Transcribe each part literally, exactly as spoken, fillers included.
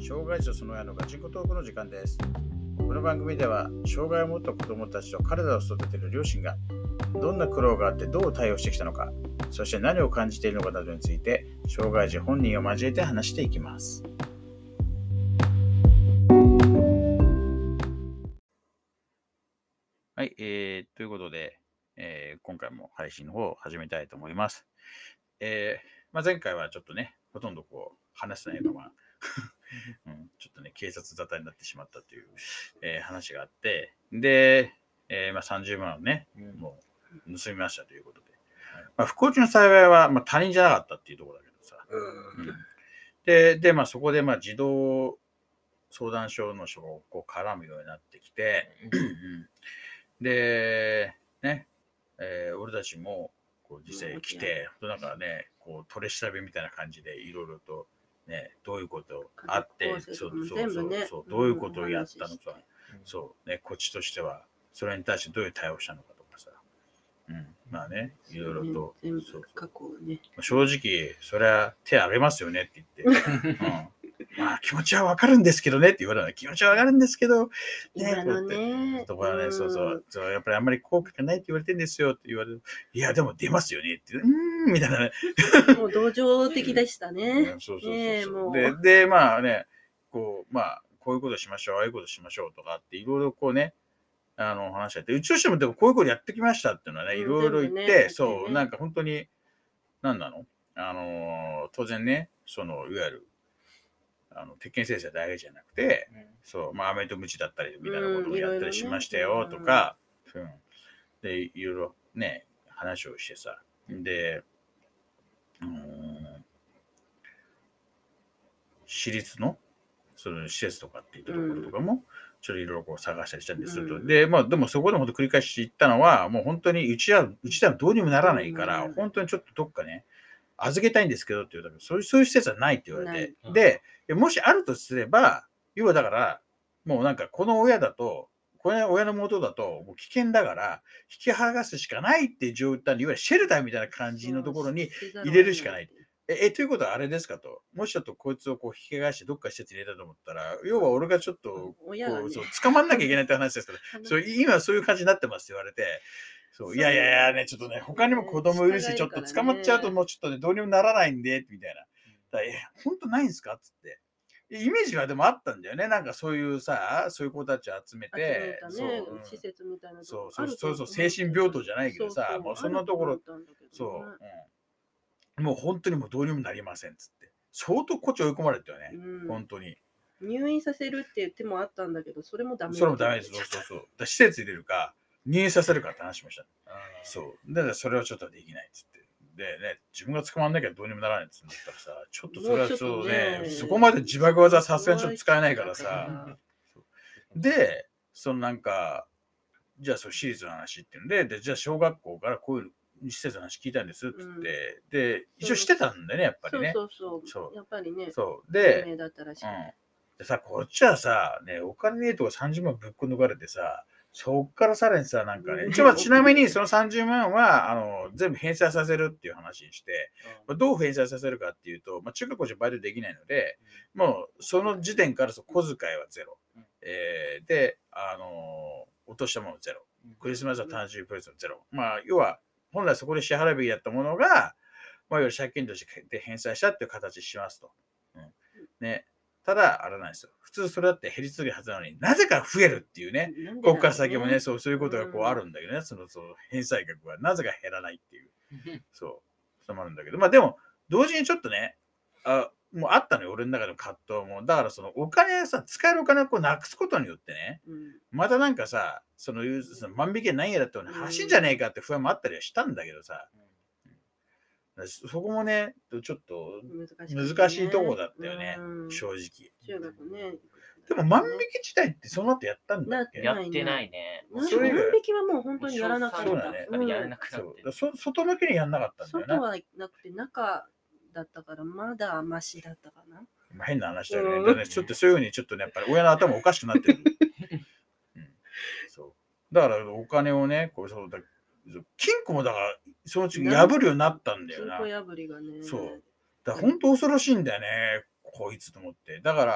障害児とその親のガチンコトークの時間です。この番組では、障害を持った子どもたちと彼らを育てる両親が、どんな苦労があってどう対応してきたのか、そして何を感じているのかなどについて、障害児本人を交えて話していきます。はい、えー、ということで、えー、今回も配信の方を始めたいと思います。えーまあ、前回はちょっとね、ほとんどこう話した内容が、うん、ちょっとね、警察沙汰になってしまったという、えー、話があって、で、えーまあ、さんじゅうまんをね、もう盗みましたということで、まあ、不幸中の幸いは、まあ、他人じゃなかったっていうところだけどさ、うん、で、でまあ、そこでまあ児童相談所の人がこう絡むようになってきて、で、ね、えー、俺たちもこう実際来て、うん、なんかね、こう取り調べみたいな感じでいろいろとね、どういうことあって、そうそうそうそう、どういうことをやったのか、うん、そうね、こっちとしてはそれに対してどういう対応したのかとかさ、うん、まあね、いろいろと、 全部過去をね、 正直それは手挙げますよねって言って、うんまあ気持ちはわかるんですけどねって言われたら気持ちはわかるんみですけど、 ね、今のね、 ところね、そうそう、そう、やっぱりあんまり効果がないって言われてるんですよって言われる。いや、でも出ますよねって、うーん、みたいなね。 もう同情的でしたね。 そうそうそうそう。で、で、まあね、こう、まあ、こういうことしましょう、ああいうことしましょうとかって、いろいろこうね、あの、話し合って、うちとしてもでもこういうことやってきましたっていうのはね、いろいろ言って、そう、なんか本当に、なんなのあの、当然ね、その、いわゆる、あの鉄拳先生だけじゃなくて、うん、そう、まあ、飴とムチだったりみたいなことをやったりしましたよとか、うん、うん、で、いろいろね、話をしてさ、で、うん、私立の、その施設とかっていったところとかも、ちょっといろいろこう探したりしたんですると。うん、で、まあ、でもそこでも繰り返し言ったのは、もう本当にうちは、うちではどうにもならないから、うん、本当にちょっとどっかね、預けたいんですけどって言うだけど、そういう、そういう施設はないって言われて、で、もしあるとすれば、要はだから、もうなんかこの親だと、この親の元だともう危険だから、引き剥がすしかないっていう状態に、いわゆるシェルターみたいな感じのところに入れるしかない。え、え、ということはあれですかと。もしちょっとこいつをこう引き剥がしてどっか施設入れたと思ったら、要は俺がちょっと、こう、そう、捕まんなきゃいけないって話ですから、そう、今そういう感じになってますって言われて、そういやいやいやね、ちょっとね、他にも子供いるし、ちょっと捕まっちゃうともうちょっとね、どうにもならないんで、みたいな。だえ、本当ないんですかつって。イメージはでもあったんだよね。なんかそういうさ、そういう子たち集めて、 そう、施設みたいなところ。 そうそうそう、精神病棟じゃないけどさ、もうそんなところ、そう、もう本当にもうどうにもなりませんつって。相当こっち追い込まれたよね、本当に。 入院させるっていう手もあったんだけど、それもダメそれもダメです。そうそうそう。施設入れるか、入院させるかって話しました。そう。だからそれはちょっとできないっつって。でね、自分が捕まんなきゃどうにもならないっつったらさ、ちょっとそれはそうね、そこまで自爆技さすがにちょっと使えないからさ。で、そのなんか、じゃあそう私立の話っていうんで、で、じゃあ小学校からこういう施設の話聞いたんですっつって、で、一応してたんだよね、やっぱりね。 そうそうそう。やっぱりね。 そう。で、うん。でさ、こっちはさ、ね、お金ねえとかさんじゅうまんぶっこ抜かれてさ、そっからさらにさ、なんかね、ちょちなみにそのさんじゅうまんは、あの、全部返済させるっていう話にして、まあ、どう返済させるかっていうと、まあ、中学校じゃバイトできないので、もうその時点からそ小遣いはゼロ。えー、で、あの、落としたものゼロ。クリスマスは誕生日プレゼントゼロ。まあ、要は、本来そこで支払うべきだったものが、まあ、要は借金として返済したっていう形にしますと。うん、ね。ただ、あれなんですよ。普通それだって減り続けるはずなのになぜか増えるっていうね。ここから先もね、そう、そういうことがこうあるんだけどね。その、そう、返済額はなぜか減らないっていう。そう。それもあるんだけど。まあでも、同時にちょっとね、あ、もうあったのよ。俺の中の葛藤も。だからそのお金さ、使えるお金をこうなくすことによってね、うん、またなんかさ、その、その万引きは何やだったのに走んじゃねえかって不安もあったりはしたんだけどさ、そこもね、ちょっと難しいとこだったよね、正直。でも万引き自体ってその後やったんだっけ？ やってないね。 万引きはもう本当にやらなかった。 そうだね。 やらなくなって。 外向けにやんなかったんだよね。 外はなくて中だったからまだマシだったかな。 変な話だよね。だねちょっとそういうふうにちょっとね、やっぱり親の頭おかしくなってる。うん、そうだからお金をね、こうそうだ金庫もだからそのうち破るようになったんだよな。 金庫破りがね。 そう。だから本当恐ろしいんだよね、こいつと思って。だから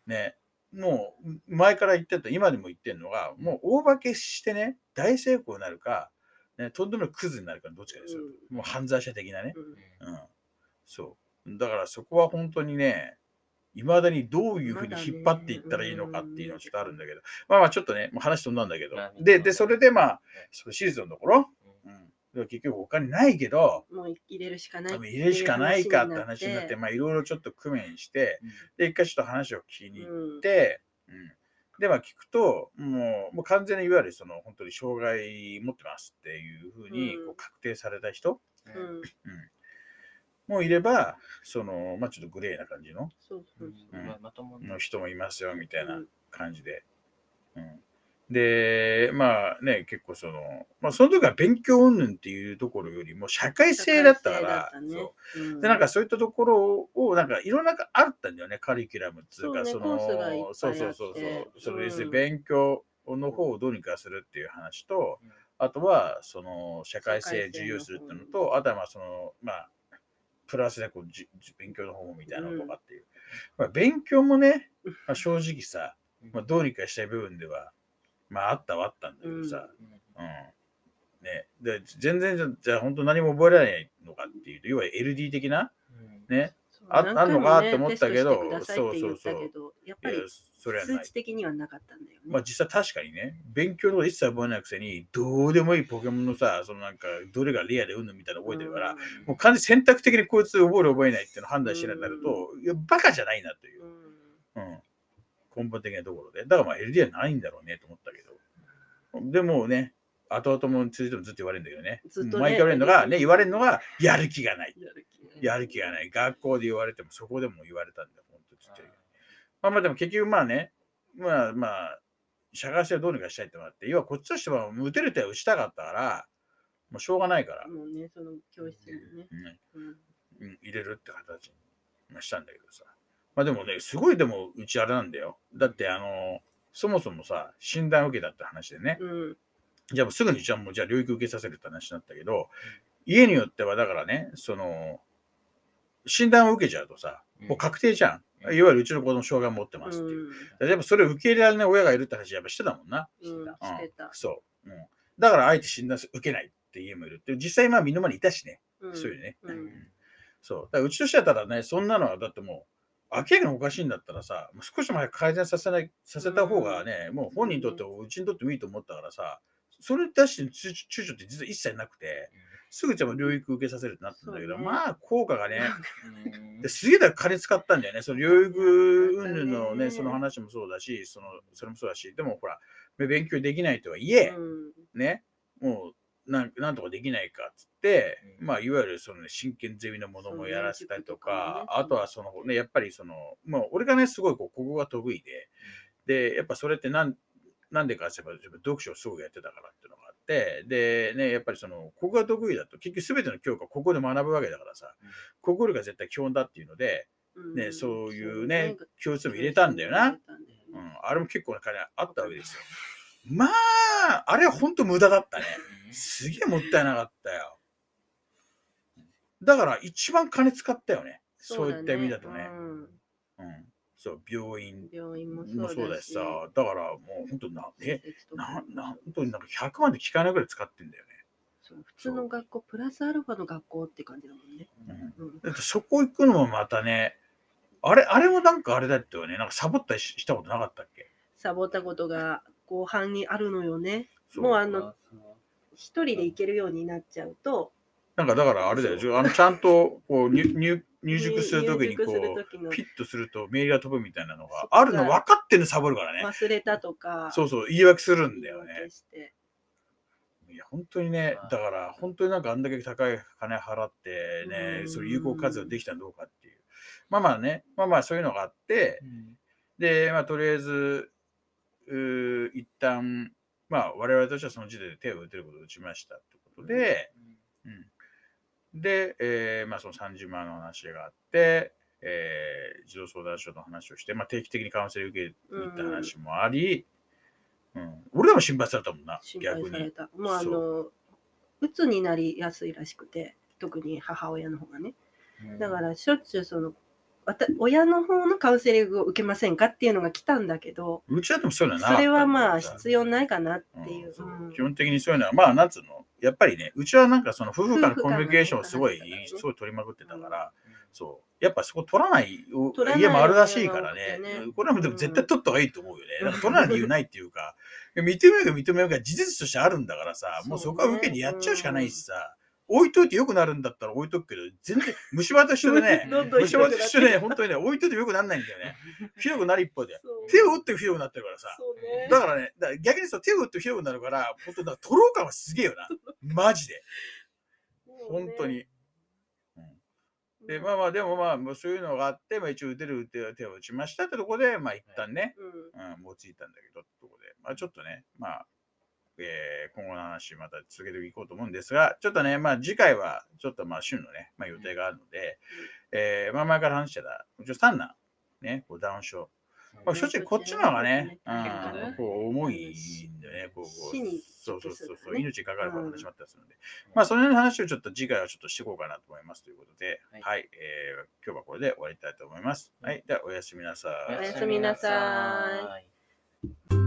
ね、もう前から言ってた、今でも言ってるのが、もう大化けしてね、大成功になるか、ね、とんでもないクズになるかどっちかですよ。 うんもう犯罪者的なね。 うんうん。そう。だからそこは本当にね、いまだにどういうふうに引っ張っていったらいいのかっていうのはちょっとあるんだけど、まあまあちょっとね、もう話飛んだんだけどまあ、 で、で、それでまあ、 ねその手術のところ、うん。でも結局お金ないけど、 もう入れるしかないっていう入れるしかないかって話になって、 話まあいろいろちょっと工面して、で、一回ちょっと話を聞きに行うんって、うん。で、まあ聞くと、もう、もう完全にいわゆるその本当に障害持ってますっていうふうにうんこう確定された人、 うんうん。もいれば、その、まあちょっとグレーな感じの、 そうそうそううんままともにの人もいますよみたいなうん感じで。うんで、まあね、結構その、まあその時は勉強云々っていうところよりも社会性だったか社会性だっら、 たねそううんで、なんかそういったところを、なんかいろんなあったんだよね、カリキュラムっていうか、 そうねその、 コースがいっぱいあってそうそうそうそう、そのうん要するに勉強の方をどうにかするっていう話と、 うんあとは、その、社会性重要するっていうのと、あとはまあその、まあ、プラスでこうじじ勉強の方みたいなのとかっていう。まあ、勉強もね、まあ、正直さ、まあ、どうにかしたい部分では、まああったはあったんだけどさ、 うんうん。ね。で、全然じゃ、じゃあ本当何も覚えられないのかっていうと、要は エルディー 的な、 うんね。 そうあ何回もあんのかねって思ったけどテストしてくださいって言ったそうそうけどやっいやぱり、 それはない数値。的にはなかったんだよね。 まあ実際確かにね、勉強のこと一切覚えないくせに、どうでもいいポケモンのさ、そのなんか、どれがレアでうんぬんみたいなの覚えてるから、もう完全に選択的にこいつ覚える覚えないっていうのを判断してないとなると、いや、バカじゃないなというう、 んうん、根本的なところで。だからまあ エルディー はないんだろうねと思ったけど。でもね、後々も続いてもずっと言われるんだけどね。 ずっとね毎回言われるのが、ね、言われるのが、やる気がない。 やる気ねやる気がない。学校で言われても、そこでも言われたんだよ、本当にずっと言ってる。まあまあでも結局まあね、まあまあ、社会性をどうにかしたいってのがあって、要はこっちとしては打てる手は打ちたかったから、もうしょうがないから、 もうねその教室にね、 ねうんうん入れるって形にしたんだけどさ。まあでもね、すごいでもうちあれなんだよ。だってあの、そもそもさ、診断を受けたって話でね、 うんじゃあもうすぐにじゃあもうじゃあ療育受けさせるって話になったけど、家によってはだからね、その、診断を受けちゃうとさ、もう確定じゃん。 うんいわゆるうちの子供障害持ってますっていう。 うんやっぱそれを受け入れられない親がいるって話やっぱしてたもんな。 うんしてたそう。うん。だからあえて診断受けないって家もいるって。実際まあ身の回りにいたしね。 うんそういうね。 うんうんそう。だからうちとしてはただね、そんなのはだってもう、明らかにおかしいんだったらさ、もう少し前改善させない、させた方がね、もう本人にとってもうちにとってもいいと思ったからさ、それに対して躊躇って実は一切なくて、すぐじゃあ療育受けさせるってなったんだけど、 そうねまあ効果がね、 うんですげえだ金使ったんだよね。その療育云々のね、 ねその話もそうだし、その、それもそうだし、でもほら、勉強できないとはいえ、 うんね、もうなんなんとかできないかっつって、 うんまあいわゆるその、ね、真剣ゼミのものもやらせたりとか、 そうねあとはそのね、やっぱりその、もう俺がね、すごいこう、ここが得意で、で、やっぱそれってなん、なんでかって言えば、読書をすごくやってたからっていうのがあって、で、ね、やっぱりその、ここが得意だと、結局すべての教科をここで学ぶわけだからさ、国語力が絶対基本だっていうので、 うんね、そういうそね、教室も入れたんだよな。 入れたんだようねん、あれも結構な金あったわけですよ。まあ、あれは本当無駄だったね。すげえもったいなかったよ。だから一番金使ったよね。そういった意味だとね。 うんうん。そう、病院病院ももそだしそううだしさ、だからもう本当な、え、 施設とかもな、な、本当になんかひゃくまんで効かないぐらい使ってんだよね。 そう普通の学校プラスアルファの学校って感じだもんね。 うん。 うんだってそこ行くのもまたね、あれ、あれもなんかあれだったよね。なんかサボったりししたことなかったっけ？ サボったことが後半にあるのよね。 そうもうあの一人で行けるようになっちゃうとなんかだからあれだよ、 そあのちゃんとこう入入入塾するときにこ入塾するう、 時のピッとするとメールが飛ぶみたいなのがそっかあるの分かってんのサボるからね。 忘れたとかそうそう、言い訳するんだよね言い訳。していや、本当にね、だから本当になんかあんだけ高い金払ってね、 うんそれ有効活用できたのどうかっていう。まあまあね、まあまあそういうのがあって、で、まあとりあえず、うー一旦、まあ我々としてはその時点で手を打てることを打ちましたってことで、うん、で、えーまあそのさんじゅうまんの話があって、えー児童相談所の話をして、まあ定期的にカウンセリング受けに行った話もあり、うん俺でも心配されたもんな、 心逆に。 配された。もうあそのうつになりやすいらしくて特に母親の方がね。だからしょっちゅうそのわた親の方のカウンセリングを受けませんかっていうのが来たんだけど、 うちだってもそういうのはなかったそれはまあさ必要ないかなっていう。 うんそううん基本的にそういうのは、まあ、なんつうの、やっぱりね、うちはなんかその夫婦間のコミュニケーションをすごい、 夫婦間のねすごい取りまくってたから、 うんそう。やっぱそこ取らない取らない家もあるらしいからね親が多くてね。 これはでも絶対取った方がいいと思うよね。 うんなんか取らない理由ないっていうか、認めようが認めようが事実としてあるんだからさ、もうそこは受けにやっちゃうしかないしさ、置いといてよくなるんだったら置いとくけど、全然虫歯と一緒でね、 どんどん虫歯と一緒でね、本当にね、置いといてよくならないんだよね。ひどくなる一方で。手を打ってひどくなってるからさ。 そうね。 だからね、だから逆にさ、手を打ってひどくなるから、本当だから、トロー感はすげえよな。マジで。本当に。うん、で、まあまあ、でもまあ、もうそういうのがあって、まあ一応打てる手手を打ちましたってところで、まあ一旦ね、 うんうん、もうついたんだけどってところで、まあちょっとね、まあ、えー今後の話また続けていこうと思うんですが、ちょっとね、まあ次回はちょっとまあ週のね、まあ予定があるので、えーまあ前から話してた、うちの三男、ね、こうダウン症。まあ、正直こっちの方がね、 うんうん、こう重いんでね、こう、こう死にそうそうそうそう、 ね命に関わる話もあったりするので、まあ、その辺の話をちょっと次回はちょっとしていこうかなと思いますということで、は、 はいいえー今日はこれで終わりたいと思います。はい、ではおやすみなさい。 おやすみなさい。